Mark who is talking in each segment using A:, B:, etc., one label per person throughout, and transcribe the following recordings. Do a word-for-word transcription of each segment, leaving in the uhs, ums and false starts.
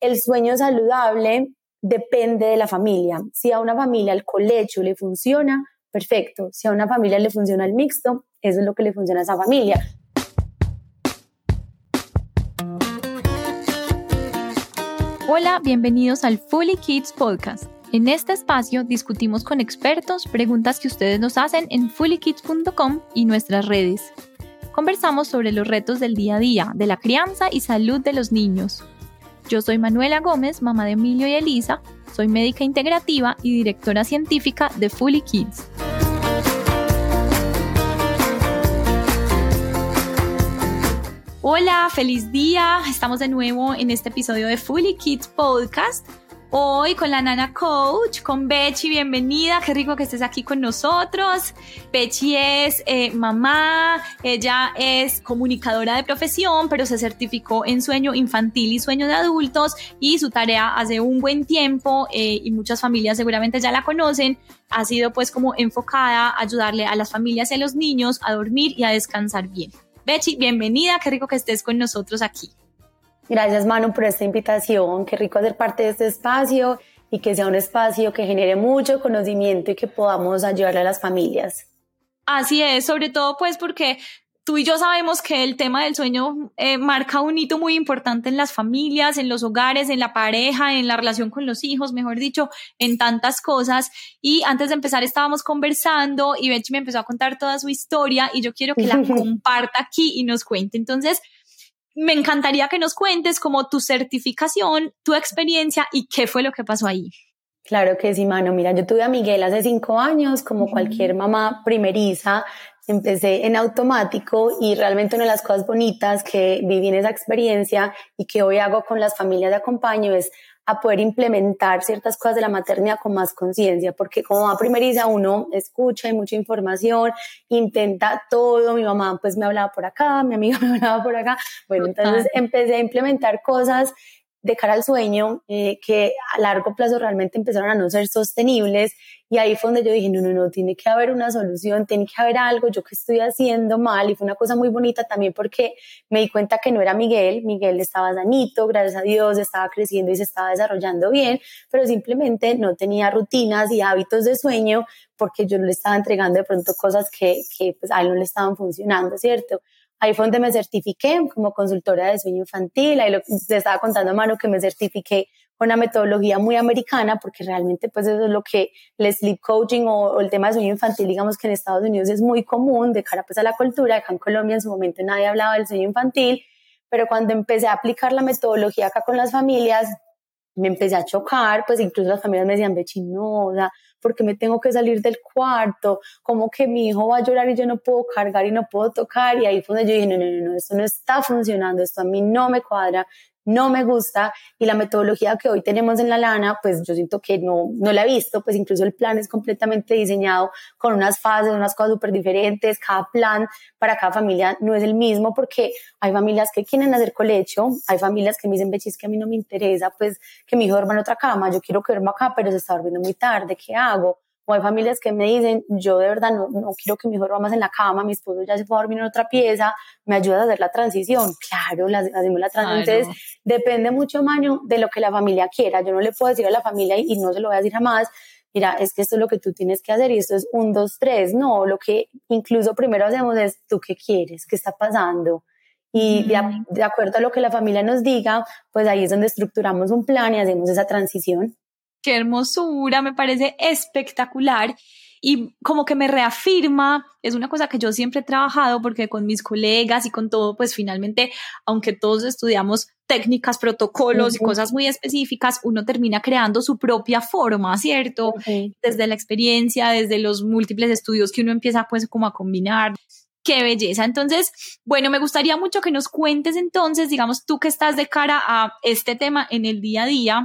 A: el sueño saludable depende de la familia. Si a una familia el colecho le funciona, perfecto. Si a una familia le funciona el mixto, eso es lo que le funciona a esa familia.
B: Hola, bienvenidos al Fully Kids Podcast. En este espacio discutimos con expertos preguntas que ustedes nos hacen en fully kids punto com y nuestras redes. Conversamos sobre los retos del día a día, de la crianza y salud de los niños. Yo soy Manuela Gómez, mamá de Emilio y Elisa, soy médica integrativa y directora científica de Fully Kids. Hola, feliz día. Estamos de nuevo en este episodio de Fully Kids Podcast. Hoy con la Nana Coach, con Bechi, bienvenida, qué rico que estés aquí con nosotros. Bechi es eh, mamá, ella es comunicadora de profesión, pero se certificó en sueño infantil y sueño de adultos y su tarea hace un buen tiempo, eh, y muchas familias seguramente ya la conocen, ha sido pues como enfocada a ayudarle a las familias y a los niños a dormir y a descansar bien. Bechi, bienvenida, qué rico que estés con nosotros aquí.
A: Gracias, Manu, por esta invitación. Qué rico ser parte de este espacio y que sea un espacio que genere mucho conocimiento y que podamos ayudarle a las familias.
B: Así es, sobre todo pues porque tú y yo sabemos que el tema del sueño eh, marca un hito muy importante en las familias, en los hogares, en la pareja, en la relación con los hijos, mejor dicho, en tantas cosas. Y antes de empezar estábamos conversando y Bechi me empezó a contar toda su historia y yo quiero que la comparta aquí y nos cuente. Entonces, me encantaría que nos cuentes como tu certificación, tu experiencia y qué fue lo que pasó ahí.
A: Claro que sí, Manu. Mira, yo tuve a Miguel hace cinco años, como uh-huh. cualquier mamá primeriza, empecé en automático y realmente una de las cosas bonitas que viví en esa experiencia y que hoy hago con las familias de acompaño es a poder implementar ciertas cosas de la maternidad con más conciencia, porque como mamá primeriza uno escucha, hay mucha información, intenta todo, mi mamá pues me hablaba por acá, mi amiga me hablaba por acá, bueno, entonces empecé a implementar cosas de cara al sueño eh, que a largo plazo realmente empezaron a no ser sostenibles y ahí fue donde yo dije, no, no, no, tiene que haber una solución, tiene que haber algo, yo que estoy haciendo mal y fue una cosa muy bonita también porque me di cuenta que no era Miguel, Miguel estaba sanito, gracias a Dios, estaba creciendo y se estaba desarrollando bien, pero simplemente no tenía rutinas y hábitos de sueño porque yo no le estaba entregando de pronto cosas que, que pues a él no le estaban funcionando, ¿cierto? Ahí fue donde me certifiqué como consultora de sueño infantil, ahí lo, te estaba contando a Manu que me certifiqué con una metodología muy americana porque realmente pues eso es lo que el sleep coaching o, o el tema de sueño infantil, digamos que en Estados Unidos es muy común de cara pues a la cultura, acá en Colombia en su momento nadie hablaba del sueño infantil, pero cuando empecé a aplicar la metodología acá con las familias, me empecé a chocar, pues incluso las familias me decían, Bechi, no, o sea, ¿por qué me tengo que salir del cuarto? ¿Cómo que mi hijo va a llorar y yo no puedo cargar y no puedo tocar? Y ahí fue donde yo dije, no, no, no, no, esto no está funcionando, esto a mí no me cuadra, no me gusta, y la metodología que hoy tenemos en La Lana, pues yo siento que no, no la he visto, pues incluso el plan es completamente diseñado con unas fases, unas cosas súper diferentes, cada plan para cada familia no es el mismo, porque hay familias que quieren hacer colecho, hay familias que me dicen, Bechi, es que a mí no me interesa, pues que mi hijo duerma en otra cama, yo quiero que duerma acá, pero se está durmiendo muy tarde, ¿qué hago? O hay familias que me dicen, yo de verdad no, no quiero que mi hijo duerma más en la cama, mi esposo ya se fue a dormir en otra pieza, ¿me ayudas a hacer la transición? Claro, la, hacemos la transición. Claro. Entonces, depende mucho, Manu, de lo que la familia quiera. Yo no le puedo decir a la familia, y no se lo voy a decir jamás, mira, es que esto es lo que tú tienes que hacer y esto es un, dos, tres. No, lo que incluso primero hacemos es, ¿tú qué quieres? ¿Qué está pasando? Y de, a, de acuerdo a lo que la familia nos diga, pues ahí es donde estructuramos un plan y hacemos esa transición.
B: Qué hermosura, me parece espectacular y como que me reafirma, es una cosa que yo siempre he trabajado porque con mis colegas y con todo, pues finalmente, aunque todos estudiamos técnicas, protocolos uh-huh. y cosas muy específicas, uno termina creando su propia forma, ¿cierto? Uh-huh. Desde la experiencia, desde los múltiples estudios que uno empieza pues como a combinar. ¡Qué belleza! Entonces, bueno, me gustaría mucho que nos cuentes entonces, digamos, tú que estás de cara a este tema en el día a día,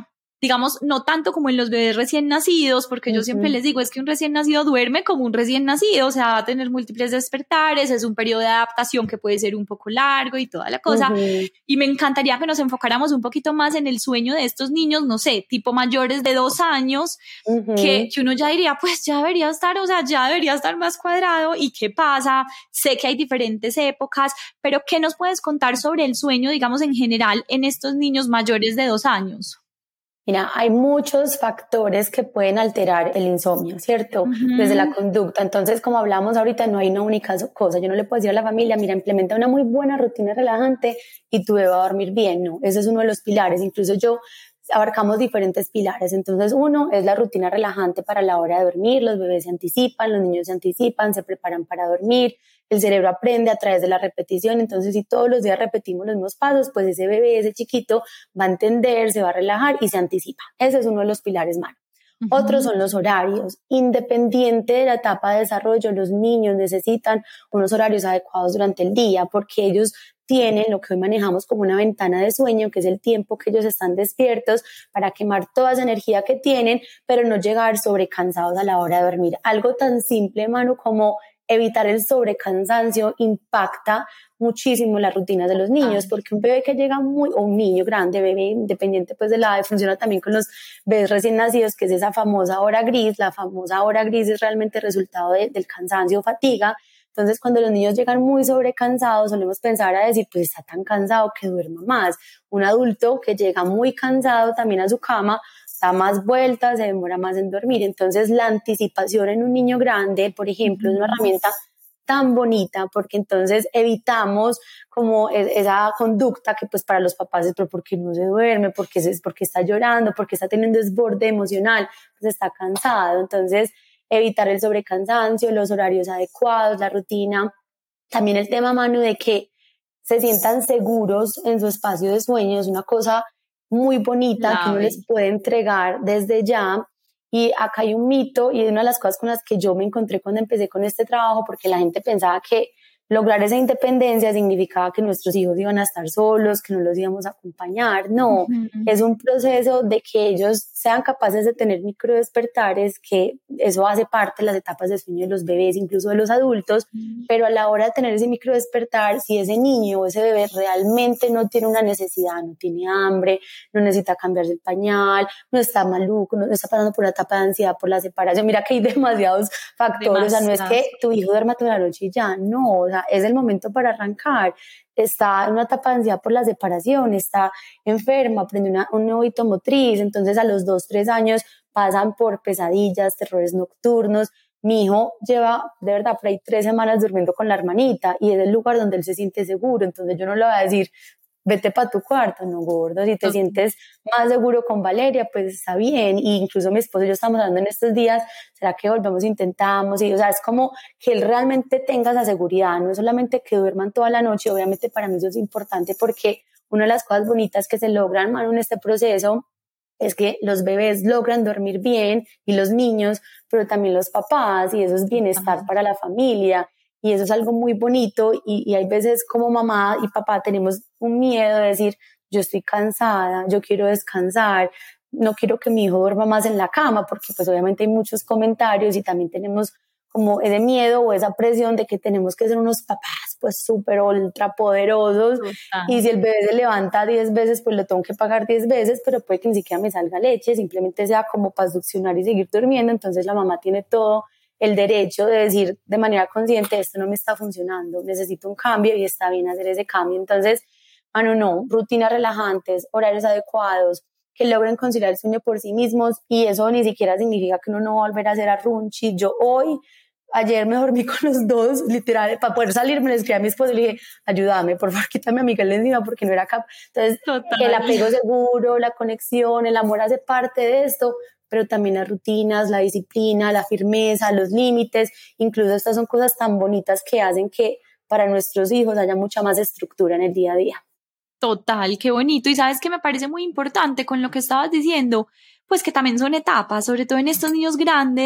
B: digamos, no tanto como en los bebés recién nacidos, porque yo uh-huh. siempre les digo, es que un recién nacido duerme como un recién nacido, o sea, va a tener múltiples despertares, es un periodo de adaptación que puede ser un poco largo y toda la cosa, uh-huh. y me encantaría que nos enfocáramos un poquito más en el sueño de estos niños, no sé, tipo mayores de dos años, uh-huh. que, que uno ya diría, pues ya debería estar, o sea, ya debería estar más cuadrado, ¿y qué pasa? Sé que hay diferentes épocas, pero ¿qué nos puedes contar sobre el sueño, digamos, en general, en estos niños mayores de dos años?
A: Mira, hay muchos factores que pueden alterar el insomnio, ¿cierto? Uh-huh. Desde la conducta. Entonces, como hablamos ahorita, no hay una única cosa. Yo no le puedo decir a la familia, mira, implementa una muy buena rutina relajante y tu bebé va a dormir bien. No, ese es uno de los pilares. Incluso yo abarcamos diferentes pilares. Entonces, uno es la rutina relajante para la hora de dormir. Los bebés se anticipan, los niños se anticipan, se preparan para dormir. El cerebro aprende a través de la repetición, entonces si todos los días repetimos los mismos pasos, pues ese bebé, ese chiquito va a entender, se va a relajar y se anticipa. Ese es uno de los pilares malos. Uh-huh. Otros son los horarios. Independiente de la etapa de desarrollo, los niños necesitan unos horarios adecuados durante el día porque ellos tienen lo que hoy manejamos como una ventana de sueño, que es el tiempo que ellos están despiertos para quemar toda esa energía que tienen, pero no llegar sobrecansados a la hora de dormir. Algo tan simple, Manu, como evitar el sobrecansancio impacta muchísimo las rutinas de los niños, ah. porque un bebé que llega muy, o un niño grande, bebé, independiente pues de la edad, funciona también con los bebés recién nacidos, que es esa famosa hora gris. La famosa hora gris es realmente el resultado de, del cansancio o fatiga. Entonces, cuando los niños llegan muy sobrecansados, solemos pensar a decir, pues está tan cansado que duerma más. Un adulto que llega muy cansado también a su cama, da más vueltas, se demora más en dormir. Entonces, la anticipación en un niño grande, por ejemplo, es una herramienta tan bonita porque entonces evitamos como esa conducta que pues para los papás es, pero ¿por qué no se duerme? ¿Por qué, es, ¿por qué está llorando? ¿Por qué está teniendo desborde emocional? Pues está cansado. Entonces, evitar el sobrecansancio, los horarios adecuados, la rutina. También el tema, Manu, de que se sientan seguros en su espacio de sueño es una cosa muy bonita Love que uno les puede entregar desde ya. Y acá hay un mito, y es una de las cosas con las que yo me encontré cuando empecé con este trabajo, porque la gente pensaba que lograr esa independencia significaba que nuestros hijos iban a estar solos, que no los íbamos a acompañar. No, uh-huh. Es un proceso de que ellos sean capaces de tener microdespertares, que eso hace parte de las etapas de sueño de los bebés, incluso de los adultos, uh-huh. pero a la hora de tener ese microdespertar, si ese niño o ese bebé realmente no tiene una necesidad, no tiene hambre, no necesita cambiarse el pañal, no está maluco, no está pasando por una etapa de ansiedad por la separación, mira que hay demasiados factores, Demasiados. O sea, no es que tu hijo duerma toda la noche y ya, no, o sea, es el momento para arrancar. Está en una etapa de ansiedad por la separación, está enferma, aprende una, un nuevo hito motriz, entonces a los dos, tres años pasan por pesadillas, terrores nocturnos. Mi hijo lleva, de verdad, por ahí tres semanas durmiendo con la hermanita y es el lugar donde él se siente seguro, entonces yo no le voy a decir, vete para tu cuarto, no, gordo, si te okay. sientes más seguro con Valeria, pues está bien. Y incluso mi esposo y yo estamos hablando en estos días, ¿será que volvemos, intentamos? Y, o sea, es como que él realmente tenga esa seguridad, no es solamente que duerman toda la noche. Obviamente para mí eso es importante porque una de las cosas bonitas que se logran, Manu, en este proceso es que los bebés logran dormir bien y los niños, pero también los papás, y eso es bienestar Ajá. para la familia. Y eso es algo muy bonito y, y hay veces como mamá y papá tenemos un miedo de decir, yo estoy cansada, yo quiero descansar, no quiero que mi hijo duerma más en la cama, porque pues obviamente hay muchos comentarios y también tenemos como ese miedo o esa presión de que tenemos que ser unos papás pues súper ultra poderosos. Total. Y si el bebé se levanta diez veces, pues lo tengo que pagar diez veces, pero puede que ni siquiera me salga leche, simplemente sea como para succionar y seguir durmiendo. Entonces la mamá tiene todo el derecho de decir de manera consciente, esto no me está funcionando, necesito un cambio y está bien hacer ese cambio. Entonces, ah, no, no, rutinas relajantes, horarios adecuados, que logren conciliar el sueño por sí mismos, y eso ni siquiera significa que uno no va a volver a hacer arrunchis. Yo hoy, ayer me dormí con los dos, literal, para poder salir me le escribí a mi esposo y le dije, ayúdame, por favor, quítame a Miguel de encima porque no era capaz. Entonces, Total. El apego seguro, la conexión, el amor hace parte de esto, pero también las rutinas, la disciplina, la firmeza, los límites, incluso estas son cosas tan bonitas que hacen que para nuestros hijos haya mucha más estructura en el día a día.
B: Total, qué bonito. Y sabes que me parece muy importante con lo que estabas diciendo, pues que también son etapas, sobre todo en estos niños grandes,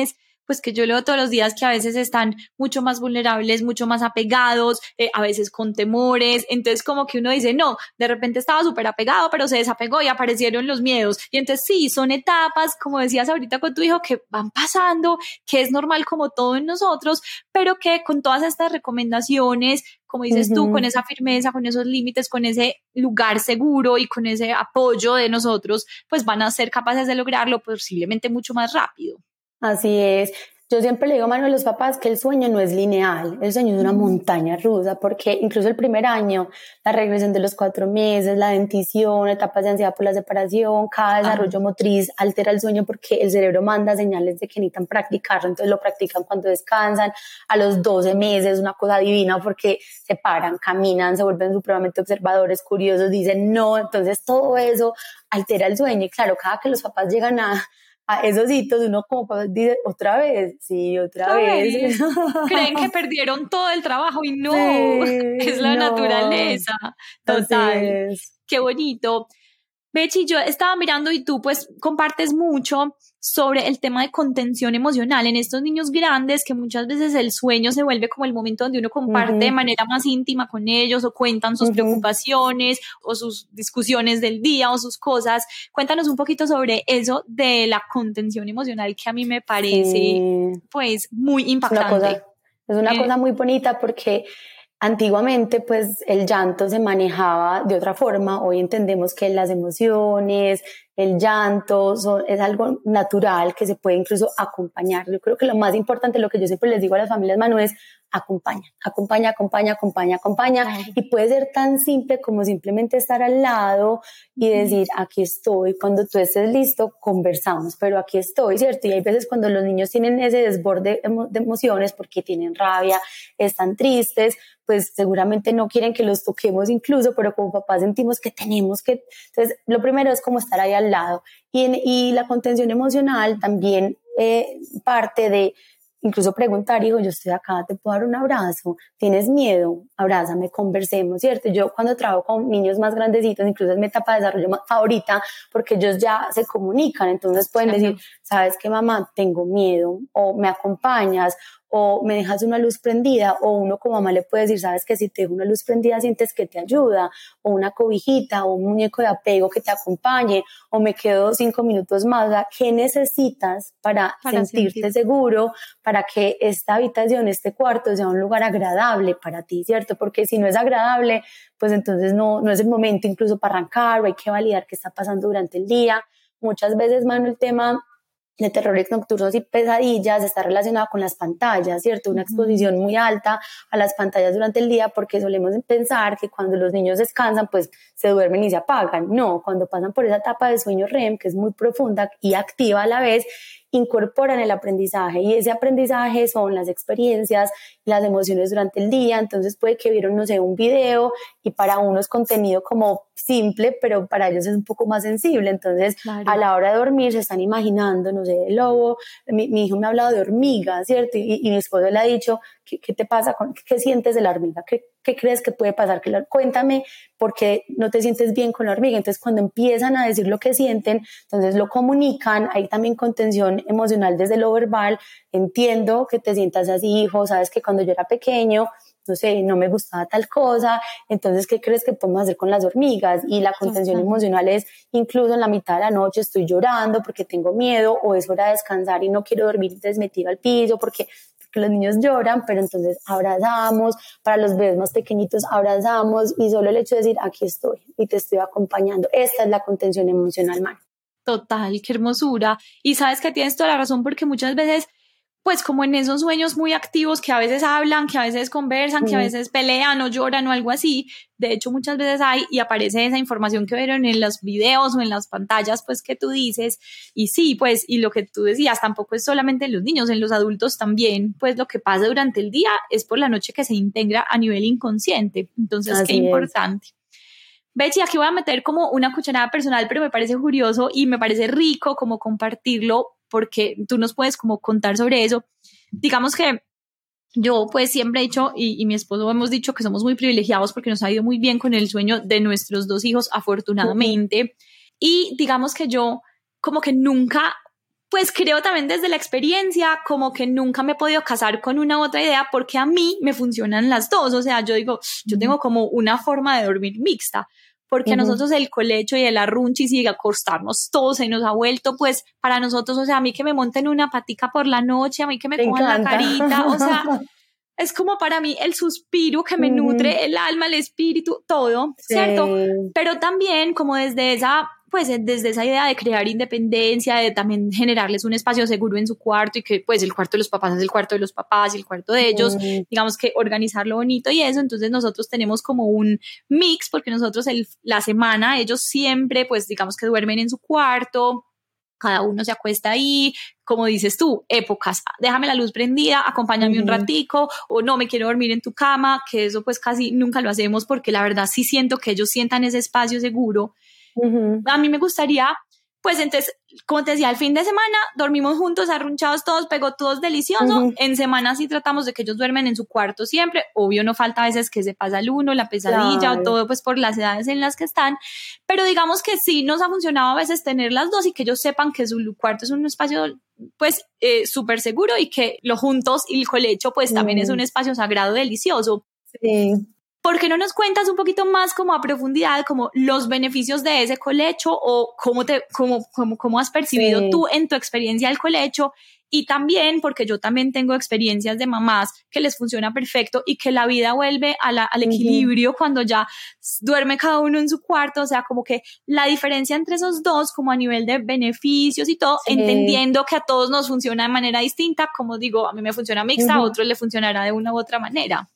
B: pues que yo leo todos los días que a veces están mucho más vulnerables, mucho más apegados, eh, a veces con temores, entonces como que uno dice, no, de repente estaba súper apegado, pero se desapegó y aparecieron los miedos, y entonces sí, son etapas, como decías ahorita con tu hijo, que van pasando, que es normal como todo en nosotros, pero que con todas estas recomendaciones, como dices uh-huh. tú, con esa firmeza, con esos límites, con ese lugar seguro y con ese apoyo de nosotros, pues van a ser capaces de lograrlo posiblemente mucho más rápido.
A: Así es. Yo siempre le digo a mano a los papás que el sueño no es lineal, el sueño es una montaña rusa, porque incluso el primer año, la regresión de los cuatro meses, la dentición, etapas de ansiedad por la separación, cada desarrollo ah. motriz altera el sueño porque el cerebro manda señales de que necesitan practicarlo, entonces lo practican cuando descansan. A los doce meses, una cosa divina porque se paran, caminan, se vuelven supremamente observadores, curiosos, dicen no, entonces todo eso altera el sueño. Y claro, cada que los papás llegan a a esos hitos, uno como dice, otra vez, sí, otra, otra vez. vez.
B: Creen que perdieron todo el trabajo y no, sí, es la no. naturaleza. Total. Qué bonito. Bechi, yo estaba mirando y tú pues compartes mucho sobre el tema de contención emocional en estos niños grandes, que muchas veces el sueño se vuelve como el momento donde uno comparte uh-huh. de manera más íntima con ellos o cuentan sus uh-huh. preocupaciones o sus discusiones del día o sus cosas. Cuéntanos un poquito sobre eso de la contención emocional, que a mí me parece sí. pues muy impactante.
A: Es una cosa, es una eh, cosa muy bonita porque antiguamente, pues, el llanto se manejaba de otra forma. Hoy entendemos que las emociones, el llanto son, es algo natural que se puede incluso acompañar. Yo creo que lo más importante, lo que yo siempre les digo a las familias, Manu, es acompaña, acompaña, acompaña, acompaña, acompaña. Ay. Y puede ser tan simple como simplemente estar al lado y decir, aquí estoy, cuando tú estés listo, conversamos, pero aquí estoy, ¿cierto? Y hay veces cuando los niños tienen ese desborde de emociones porque tienen rabia, están tristes, pues seguramente no quieren que los toquemos incluso, pero como papás sentimos que tenemos que, entonces lo primero es como estar ahí al lado. Y, en, y la contención emocional también eh, parte de incluso preguntar, hijo, yo estoy acá, te puedo dar un abrazo, ¿tienes miedo? Abrázame, conversemos, ¿cierto? Yo cuando trabajo con niños más grandecitos, incluso es mi etapa de desarrollo favorita, porque ellos ya se comunican, entonces pueden decir, ¿sabes qué, mamá? Tengo miedo, o me acompañas, o me dejas una luz prendida, o uno como mamá le puede decir, sabes que si te dejo una luz prendida sientes que te ayuda, o una cobijita, o un muñeco de apego que te acompañe, o me quedo cinco minutos más. O sea, ¿qué necesitas para, para sentirte sentir. seguro, para que esta habitación, este cuarto sea un lugar agradable para ti, ¿cierto? Porque si no es agradable, pues entonces no, no es el momento incluso para arrancar, o hay que validar qué está pasando durante el día. Muchas veces, Manu, el tema de terrores nocturnos y pesadillas está relacionado con las pantallas, ¿cierto? Una exposición muy alta a las pantallas durante el día, porque solemos pensar que cuando los niños descansan, pues se duermen y se apagan. No, cuando pasan por esa etapa de sueño R E M, que es muy profunda y activa a la vez, incorporan el aprendizaje, y ese aprendizaje son las experiencias, las emociones durante el día. Entonces puede que vieron, no sé, un video y para uno es contenido como simple, pero para ellos es un poco más sensible. Entonces claro. a la hora de dormir se están imaginando, no sé, el lobo. Mi, mi hijo me ha hablado de hormigas, ¿cierto? Y, y mi esposo le ha dicho, ¿qué, qué te pasa? Con, ¿Qué sientes de la hormiga? ¿Qué, qué crees que puede pasar? Que la, cuéntame por qué no te sientes bien con la hormiga. Entonces cuando empiezan a decir lo que sienten, entonces lo comunican. Hay también contención emocional desde lo verbal. Entiendo que te sientas así, hijo, sabes que cuando yo era pequeño, no sé, no me gustaba tal cosa, entonces, ¿qué crees que podemos hacer con las hormigas? Y la contención sí, emocional es, incluso en la mitad de la noche estoy llorando porque tengo miedo, o es hora de descansar y no quiero dormir, entonces me tiro al piso porque, porque los niños lloran, pero entonces abrazamos. Para los bebés más pequeñitos abrazamos, y solo el hecho de decir, aquí estoy y te estoy acompañando. Esta es la contención emocional, Manu.
B: Total, qué hermosura. Y sabes que tienes toda la razón, porque muchas veces, pues como en esos sueños muy activos que a veces hablan, que a veces conversan, mm. que a veces pelean o lloran o algo así, de hecho muchas veces hay y aparece esa información que vieron en los videos o en las pantallas, pues que tú dices. Y sí, pues, y lo que tú decías, tampoco es solamente en los niños, en los adultos también, pues lo que pasa durante el día es por la noche que se integra a nivel inconsciente. Entonces, así qué es. Importante. Bechi, aquí voy a meter como una cucharada personal, pero me parece curioso y me parece rico como compartirlo, porque tú nos puedes como contar sobre eso. Digamos que yo pues siempre he dicho, y, y mi esposo hemos dicho que somos muy privilegiados porque nos ha ido muy bien con el sueño de nuestros dos hijos, afortunadamente. Uh-huh. Y digamos que yo como que nunca pues creo también desde la experiencia como que nunca me he podido casar con una u otra idea porque a mí me funcionan las dos. O sea, yo digo, yo tengo como una forma de dormir mixta, porque uh-huh. a nosotros el colecho y el arrunchis y acostarnos todos se nos ha vuelto, pues para nosotros, o sea, a mí que me monten una patica por la noche, a mí que me cojan la carita, o sea, es como para mí el suspiro que me uh-huh. nutre el alma, el espíritu, todo, sí. ¿cierto? Pero también como desde esa... pues desde esa idea de crear independencia, de también generarles un espacio seguro en su cuarto y que pues el cuarto de los papás es el cuarto de los papás y el cuarto de ellos, mm. digamos que organizarlo bonito y eso, entonces nosotros tenemos como un mix porque nosotros el, la semana ellos siempre pues digamos que duermen en su cuarto, cada uno se acuesta ahí, como dices tú, épocas, déjame la luz prendida, acompáñame uh-huh. un ratico, o no, me quiero dormir en tu cama, que eso pues casi nunca lo hacemos porque la verdad sí siento que ellos sientan ese espacio seguro. Uh-huh. A mí me gustaría, pues entonces, como te decía, el fin de semana dormimos juntos, arrunchados todos, pegotudos, delicioso. Uh-huh. En semana sí tratamos de que ellos duermen en su cuarto siempre. Obvio, no falta a veces que se pasa el uno, la pesadilla claro. o todo, pues por las edades en las que están. Pero digamos que sí nos ha funcionado a veces tener las dos y que ellos sepan que su cuarto es un espacio, pues, eh, súper seguro y que lo juntos y el colecho, pues, uh-huh. también es un espacio sagrado, delicioso.
A: Sí.
B: ¿Por qué no nos cuentas un poquito más como a profundidad como los beneficios de ese colecho o cómo, te, cómo, cómo, cómo has percibido sí. tú en tu experiencia el colecho? Y también porque yo también tengo experiencias de mamás que les funciona perfecto y que la vida vuelve a la, al equilibrio uh-huh. cuando ya duerme cada uno en su cuarto, o sea, como que la diferencia entre esos dos como a nivel de beneficios y todo, sí. entendiendo que a todos nos funciona de manera distinta, como digo, a mí me funciona mixta, uh-huh. a otros le funcionará de una u otra manera.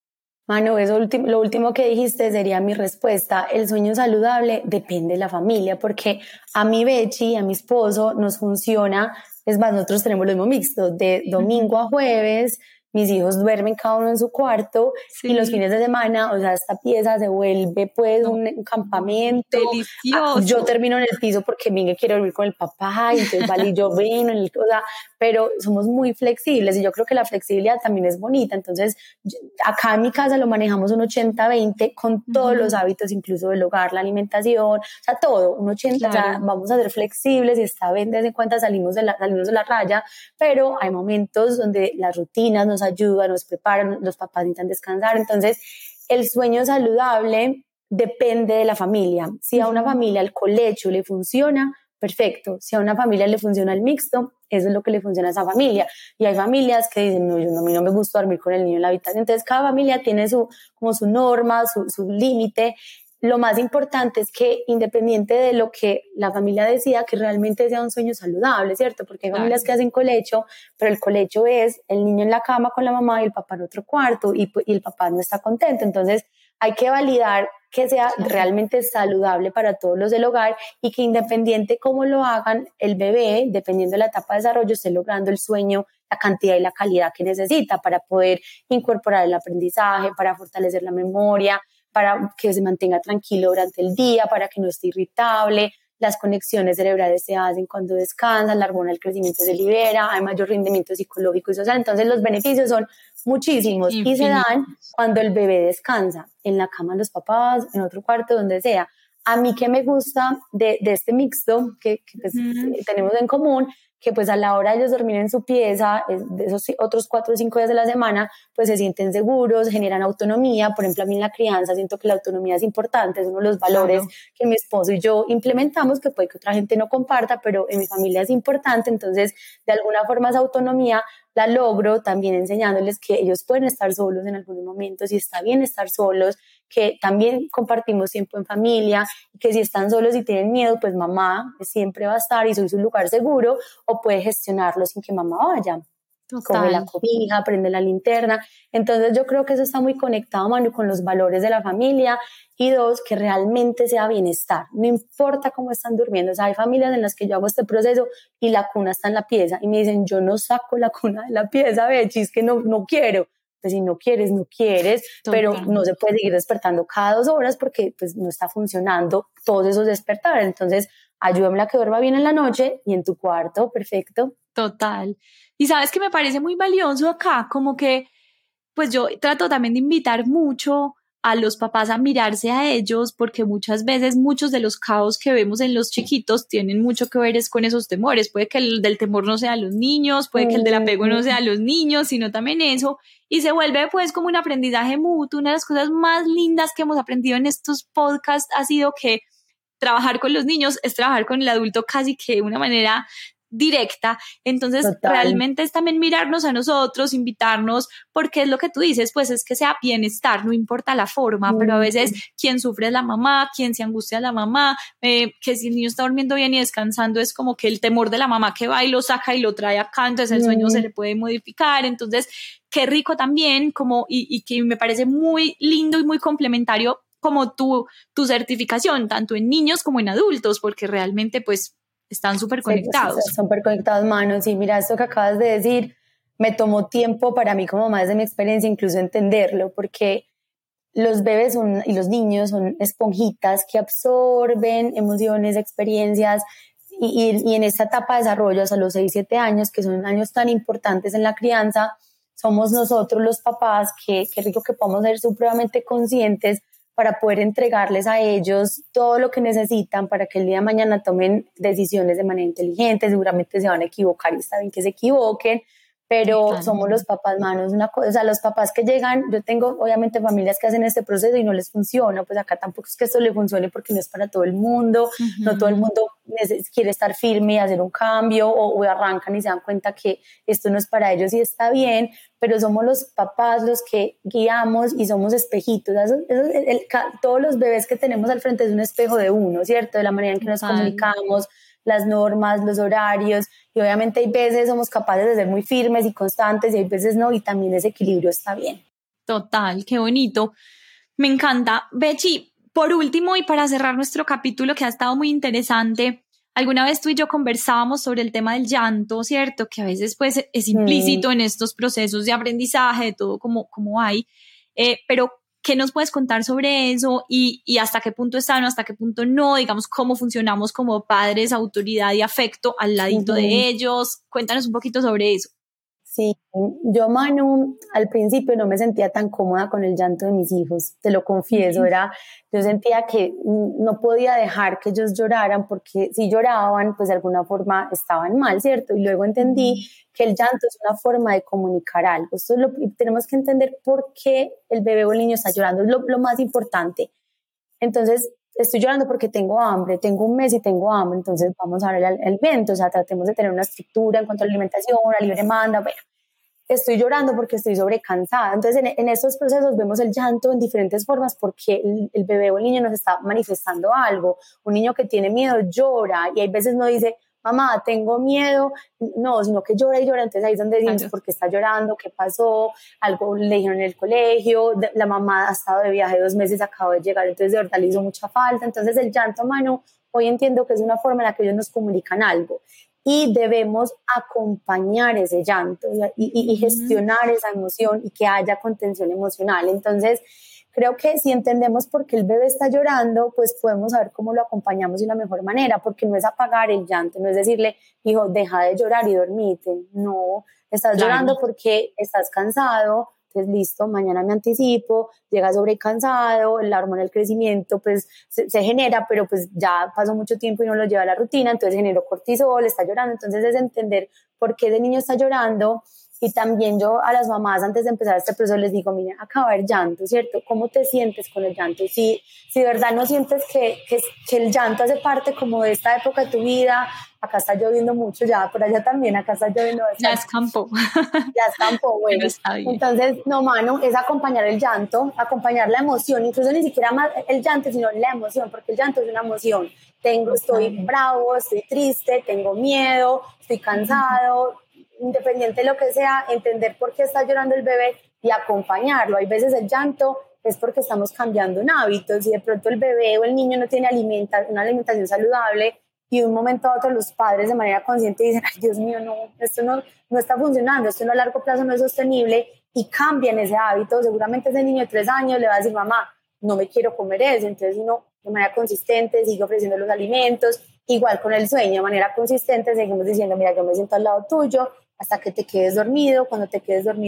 A: Manu, eso ulti- lo último que dijiste sería mi respuesta. El sueño saludable depende de la familia, porque a mi Bechi, a mi esposo, nos funciona, es más, nosotros tenemos lo mismo mixto, de domingo a jueves, mis hijos duermen cada uno en su cuarto sí. y los fines de semana, o sea, esta pieza se vuelve pues no. un, un campamento.
B: Delicioso.
A: Yo termino en el piso porque Miguel quiere dormir con el papá y entonces vale y yo ven, en el, o sea, pero somos muy flexibles y yo creo que la flexibilidad también es bonita. Entonces, yo, acá en mi casa lo manejamos un ochenta veinte con todos uh-huh. los hábitos, incluso del hogar, la alimentación, o sea, todo, un ochenta, claro. o sea, vamos a ser flexibles y esta vez de vez en cuando salimos de la, salimos de la raya, pero hay momentos donde las rutinas nos ayudan, nos preparan, los papás necesitan descansar. Entonces, el sueño saludable depende de la familia. Si a una familia el colecho le funciona, perfecto. Si a una familia le funciona el mixto, eso es lo que le funciona a esa familia. Y hay familias que dicen, no, yo, no a mí no me gusta dormir con el niño en la habitación. Entonces, cada familia tiene su, como su norma, su, su límite. Lo más importante es que, independiente de lo que la familia decida, que realmente sea un sueño saludable, ¿cierto? Porque hay claro. familias que hacen colecho, pero el colecho es el niño en la cama con la mamá y el papá en otro cuarto y, y el papá no está contento. Entonces, hay que validar que sea realmente saludable para todos los del hogar y que independiente cómo lo hagan, el bebé, dependiendo de la etapa de desarrollo, esté logrando el sueño, la cantidad y la calidad que necesita para poder incorporar el aprendizaje, para fortalecer la memoria, para que se mantenga tranquilo durante el día, para que no esté irritable. Las conexiones cerebrales se hacen cuando descansan, la hormona del crecimiento se libera, hay mayor rendimiento psicológico y social. Entonces los beneficios son muchísimos Infinito. Y se dan cuando el bebé descansa, en la cama de los papás, en otro cuarto, donde sea. A mí que me gusta de, de este mixto que, que pues, mm. tenemos en común, que pues a la hora de ellos dormir en su pieza, de esos otros cuatro o cinco días de la semana, pues se sienten seguros, generan autonomía. Por ejemplo, a mí en la crianza siento que la autonomía es importante, es uno de los valores claro. que mi esposo y yo implementamos, que puede que otra gente no comparta, pero en mi familia es importante. Entonces, de alguna forma esa autonomía la logro también enseñándoles que ellos pueden estar solos en algunos momentos y está bien estar solos, que también compartimos tiempo en familia, y que si están solos y tienen miedo, pues mamá siempre va a estar y soy su lugar seguro, o puede gestionarlo sin que mamá vaya. Total. Coge la cobija, prende la linterna. Entonces yo creo que eso está muy conectado, Manu, con los valores de la familia. Y dos, que realmente sea bienestar, no importa cómo están durmiendo. O sea, hay familias en las que yo hago este proceso y la cuna está en la pieza y me dicen, yo no saco la cuna de la pieza, Bechi, es que no, no quiero. Pues si no quieres, no quieres, Total. Pero no se puede seguir despertando cada dos horas porque pues no está funcionando todos esos despertares. Entonces, ayúdame a que duerma bien en la noche y en tu cuarto, perfecto.
B: Total. Y sabes que me parece muy valioso acá, como que pues yo trato también de invitar mucho a los papás a mirarse a ellos, porque muchas veces muchos de los caos que vemos en los chiquitos tienen mucho que ver es con esos temores. Puede que el del temor no sea a los niños, puede que el del apego no sea a los niños, sino también eso, y se vuelve pues como un aprendizaje mutuo. Una de las cosas más lindas que hemos aprendido en estos podcasts ha sido que trabajar con los niños es trabajar con el adulto casi que de una manera directa. Entonces Total. Realmente es también mirarnos a nosotros, invitarnos, porque es lo que tú dices, pues es que sea bienestar, no importa la forma, mm. pero a veces quien sufre es la mamá, quien se angustia es la mamá, eh, que si el niño está durmiendo bien y descansando es como que el temor de la mamá que va y lo saca y lo trae acá, entonces el mm. sueño se le puede modificar. Entonces qué rico también, como y, y que me parece muy lindo y muy complementario como tu, tu certificación, tanto en niños como en adultos, porque realmente pues están súper conectados.
A: Sí, súper conectados, manos. Y mira, esto que acabas de decir, me tomó tiempo para mí como más de mi experiencia incluso entenderlo, porque los bebés son, y los niños son esponjitas que absorben emociones, experiencias, y, y, y en esta etapa de desarrollo, hasta los seis, siete años, que son años tan importantes en la crianza, somos nosotros los papás que, qué rico que podamos ser supremamente conscientes para poder entregarles a ellos todo lo que necesitan para que el día de mañana tomen decisiones de manera inteligente. Seguramente se van a equivocar y está bien que se equivoquen, pero Total. Somos los papás, manos, una cosa, o sea, los papás que llegan, yo tengo obviamente familias que hacen este proceso y no les funciona, pues acá tampoco es que esto le funcione porque no es para todo el mundo, uh-huh. no todo el mundo quiere estar firme y hacer un cambio, o, o arrancan y se dan cuenta que esto no es para ellos y está bien, pero somos los papás los que guiamos y somos espejitos. Eso, eso, el, el, todos los bebés que tenemos al frente es un espejo de uno, ¿cierto? De la manera en que nos Total. Comunicamos, las normas, los horarios, y obviamente hay veces somos capaces de ser muy firmes y constantes y hay veces no, y también ese equilibrio está bien.
B: Total, qué bonito. Me encanta. Bechi, por último y para cerrar nuestro capítulo que ha estado muy interesante, alguna vez tú y yo conversábamos sobre el tema del llanto, ¿cierto? Que a veces pues es implícito mm. en estos procesos de aprendizaje, de todo como, como hay, eh, pero ¿qué nos puedes contar sobre eso y, y hasta qué punto está o hasta qué punto no? Digamos, cómo funcionamos como padres, autoridad y afecto al ladito uh-huh. de ellos. Cuéntanos un poquito sobre eso.
A: Sí, yo, Manu, al principio no me sentía tan cómoda con el llanto de mis hijos, te lo confieso, uh-huh. era, yo sentía que no podía dejar que ellos lloraran porque si lloraban, pues de alguna forma estaban mal, ¿cierto? Y luego entendí uh-huh. que el llanto es una forma de comunicar algo. Esto es lo, tenemos que entender por qué el bebé o el niño está llorando, es lo, lo más importante. Entonces, estoy llorando porque tengo hambre, tengo un mes y tengo hambre, entonces vamos a ver el alimento, o sea, tratemos de tener una estructura en cuanto a la alimentación, una libre demanda, bueno. Estoy llorando porque estoy sobrecansada. Entonces, en, en estos procesos vemos el llanto en diferentes formas porque el, el bebé o el niño nos está manifestando algo. Un niño que tiene miedo llora y hay veces no dice, mamá, tengo miedo, no, sino que llora y llora. Entonces ahí es donde decimos, ¿por qué está llorando? ¿Qué pasó? Algo le dijeron en el colegio, la mamá ha estado de viaje dos meses, acabó de llegar, entonces de verdad le hizo mucha falta. Entonces el llanto, mano, hoy entiendo que es una forma en la que ellos nos comunican algo. Y debemos acompañar ese llanto y, y, y gestionar esa emoción y que haya contención emocional. Entonces, creo que si entendemos por qué el bebé está llorando, pues podemos saber cómo lo acompañamos de la mejor manera, porque no es apagar el llanto, no es decirle, hijo, deja de llorar y dormite. No, estás claro. llorando porque estás cansado, pues listo, mañana me anticipo, llega sobrecansado, la hormona del crecimiento pues se, se genera, pero pues ya pasó mucho tiempo y no lo lleva a la rutina, entonces generó cortisol, está llorando, entonces es entender por qué ese niño está llorando. Y también yo a las mamás antes de empezar este proceso les digo, miren, acá va a haber llanto, ¿cierto? ¿Cómo te sientes con el llanto? Si, si de verdad no sientes que, que, que el llanto hace parte como de esta época de tu vida, acá está lloviendo mucho ya, por allá también, acá está lloviendo.
B: Ya es campo.
A: Ya es campo, bueno. Entonces, no, mano, es acompañar el llanto, acompañar la emoción, incluso ni siquiera más el llanto, sino la emoción, porque el llanto es una emoción. Tengo, estoy bravo, estoy triste, tengo miedo, estoy cansado, independiente de lo que sea, entender por qué está llorando el bebé y acompañarlo. Hay veces el llanto es porque estamos cambiando un hábito. Si de pronto el bebé o el niño no tiene alimenta, una alimentación saludable y de un momento a otro los padres de manera consciente dicen, ay Dios mío, no, esto no, no está funcionando, esto no a largo plazo no es sostenible, y cambian ese hábito, seguramente ese niño de tres años le va a decir, mamá, no me quiero comer eso. Entonces uno de manera consistente sigue ofreciendo los alimentos, igual con el sueño, de manera consistente seguimos diciendo, mira, yo me siento al lado tuyo hasta que te quedes dormido, cuando te quedes dormido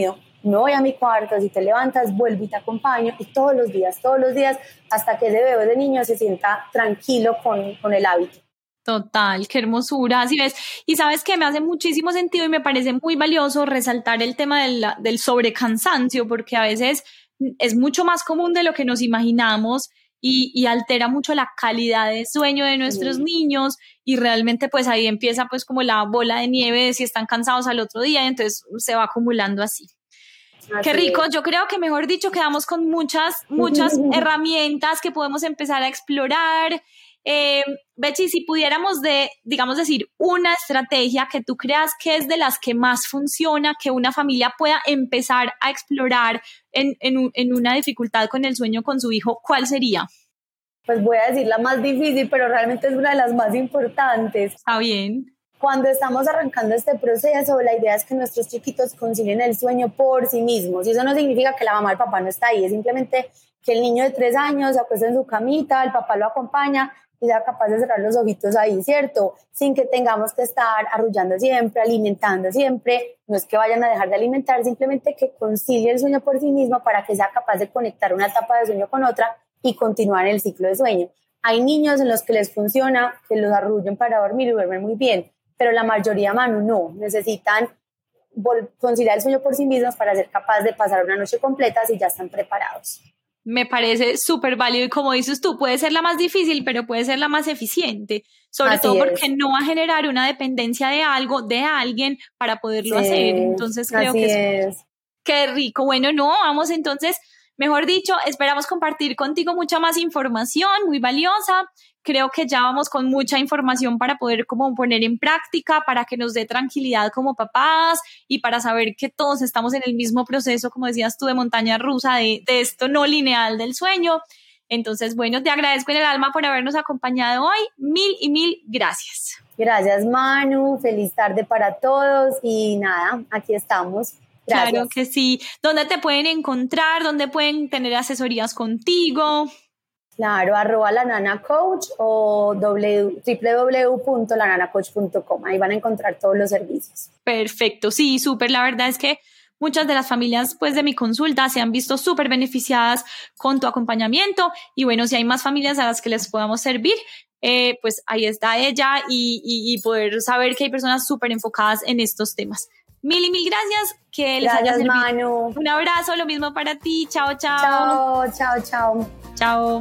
A: me voy a mi cuarto, si te levantas, vuelvo y te acompaño, y todos los días, todos los días, hasta que ese bebé de niño se sienta tranquilo con, con el hábito.
B: Total, qué hermosura, así ves. Y sabes que me hace muchísimo sentido y me parece muy valioso resaltar el tema del, del sobrecansancio, porque a veces es mucho más común de lo que nos imaginamos y, y altera mucho la calidad de sueño de nuestros sí. niños, y realmente pues ahí empieza pues como la bola de nieve de si están cansados al otro día, y entonces se va acumulando así. Así Qué rico, es. Yo creo que mejor dicho quedamos con muchas, muchas herramientas que podemos empezar a explorar. Eh, Bechi, si pudiéramos de, digamos decir, una estrategia que tú creas que es de las que más funciona, que una familia pueda empezar a explorar en, en, en una dificultad con el sueño con su hijo, ¿cuál sería?
A: Pues voy a decir la más difícil, pero realmente es una de las más importantes.
B: Está bien.
A: Cuando estamos arrancando este proceso, la idea es que nuestros chiquitos concilien el sueño por sí mismos. Y eso no significa que la mamá o el papá no está ahí, es simplemente que el niño de tres años se acuesta en su camita, el papá lo acompaña y sea capaz de cerrar los ojitos ahí, ¿cierto? Sin que tengamos que estar arrullando siempre, alimentando siempre. No es que vayan a dejar de alimentar, simplemente que concilie el sueño por sí mismo para que sea capaz de conectar una etapa de sueño con otra y continuar el ciclo de sueño. Hay niños en los que les funciona que los arrullen para dormir y duermen muy bien, pero la mayoría, Manu, no. Necesitan conciliar el sueño por sí mismos para ser capaz de pasar una noche completa si ya están preparados.
B: Me parece súper válido, y como dices tú, puede ser la más difícil, pero puede ser la más eficiente, sobre Así todo es. Porque no va a generar una dependencia de algo, de alguien, para poderlo sí, hacer. Entonces creo
A: Así
B: que
A: es.
B: es qué rico. Bueno, no, vamos entonces, mejor dicho, esperamos compartir contigo mucha más información, muy valiosa. Creo que ya vamos con mucha información para poder como poner en práctica, para que nos dé tranquilidad como papás y para saber que todos estamos en el mismo proceso, como decías tú, de montaña rusa, de, de esto no lineal del sueño. Entonces, bueno, te agradezco en el alma por habernos acompañado hoy. Mil y mil gracias.
A: Gracias, Manu. Feliz tarde para todos y nada, aquí estamos. Gracias.
B: Claro que sí. ¿Dónde te pueden encontrar? ¿Dónde pueden tener asesorías contigo?
A: Claro, arroba la nana coach o doble u doble u doble u punto la nana coach punto com. Ahí van a encontrar todos los servicios.
B: Perfecto, sí, súper. La verdad es que muchas de las familias pues, de mi consulta se han visto súper beneficiadas con tu acompañamiento. Y bueno, si hay más familias a las que les podamos servir, eh, pues ahí está ella y, y, y poder saber que hay personas súper enfocadas en estos temas. Mil y mil gracias. Que les
A: gracias,
B: haya servido.
A: Manu.
B: Un abrazo, lo mismo para ti. Chao, chao.
A: Chao, chao, chao.
B: Chao.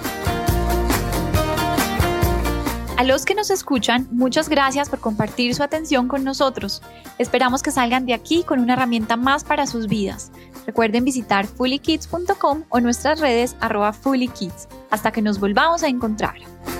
B: A los que nos escuchan, muchas gracias por compartir su atención con nosotros. Esperamos que salgan de aquí con una herramienta más para sus vidas. Recuerden visitar fully kids punto com o nuestras redes arroba fully kids. Hasta que nos volvamos a encontrar.